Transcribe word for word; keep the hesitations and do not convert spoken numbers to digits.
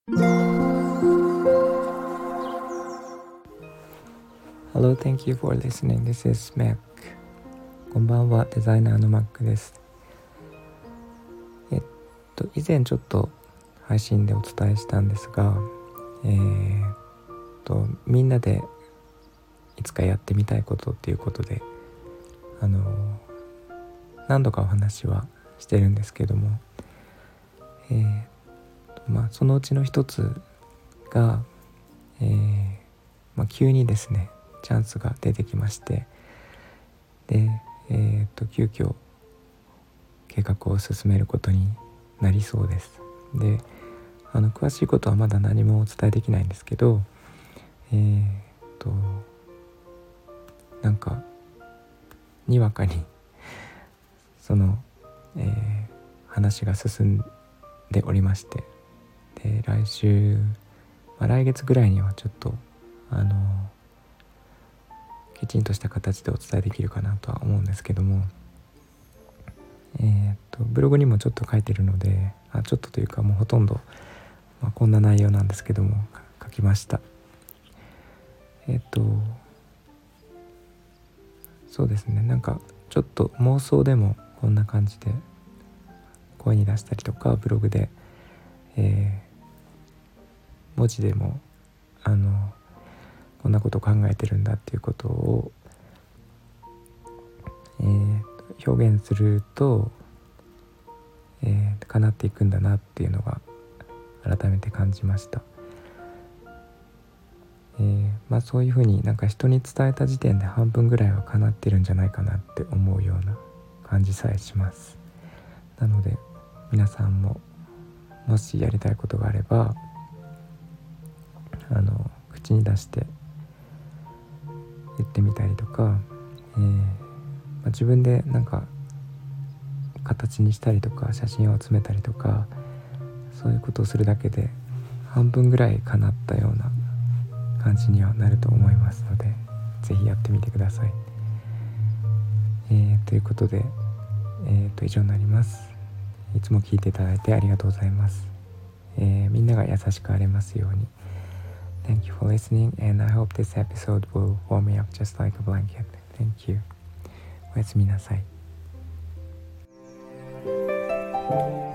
Hello, thank you for listening. This is Mac. こんばんは、デザイナーの Mac です。えっと、以前ちょっと配信でお伝えしたんですが、えー、っと、みんなでいつかやってみたいことっていうことで、あの、何度かお話はしてるんですけども、えー、まあ、そのうちの一つが、えーまあ、急にですね、チャンスが出てきまして、で、えー、と急遽計画を進めることになりそうです。で、あの詳しいことはまだ何もお伝えできないんですけど、えー、となんかにわかにその、えー、話が進んでおりまして、で来週、まあ、来月ぐらいにはちょっとあのきちんとした形でお伝えできるかなとは思うんですけども、えー、とブログにもちょっと書いてるので、あちょっとというかもうほとんど、まあ、こんな内容なんですけども書きました。えっ、とそうですね、なんかちょっと妄想でもこんな感じで声に出したりとか、ブログで、えー、文字でもあのこんなことを考えてるんだっていうことを、えー、表現すると、えー、叶っていくんだなっていうのが改めて感じました。えーまあ、そういうふうになんか人に伝えた時点で半分ぐらいは叶ってるんじゃないかなって思うような感じさえします。なので皆さんももしやりたいことがあれば、あの口に出して言ってみたりとか、えーまあ、自分でなんか形にしたりとか写真を集めたりとか、そういうことをするだけで半分ぐらい叶ったような感じにはなると思いますので、ぜひやってみてください。えー、ということで、えー、と以上になります。いつも聞いていただいてありがとうございます。えー、みんなが優しくありますように。Thank you for listening, and I hope this episode will warm me up just like a blanket. Thank you. おやすみなさい。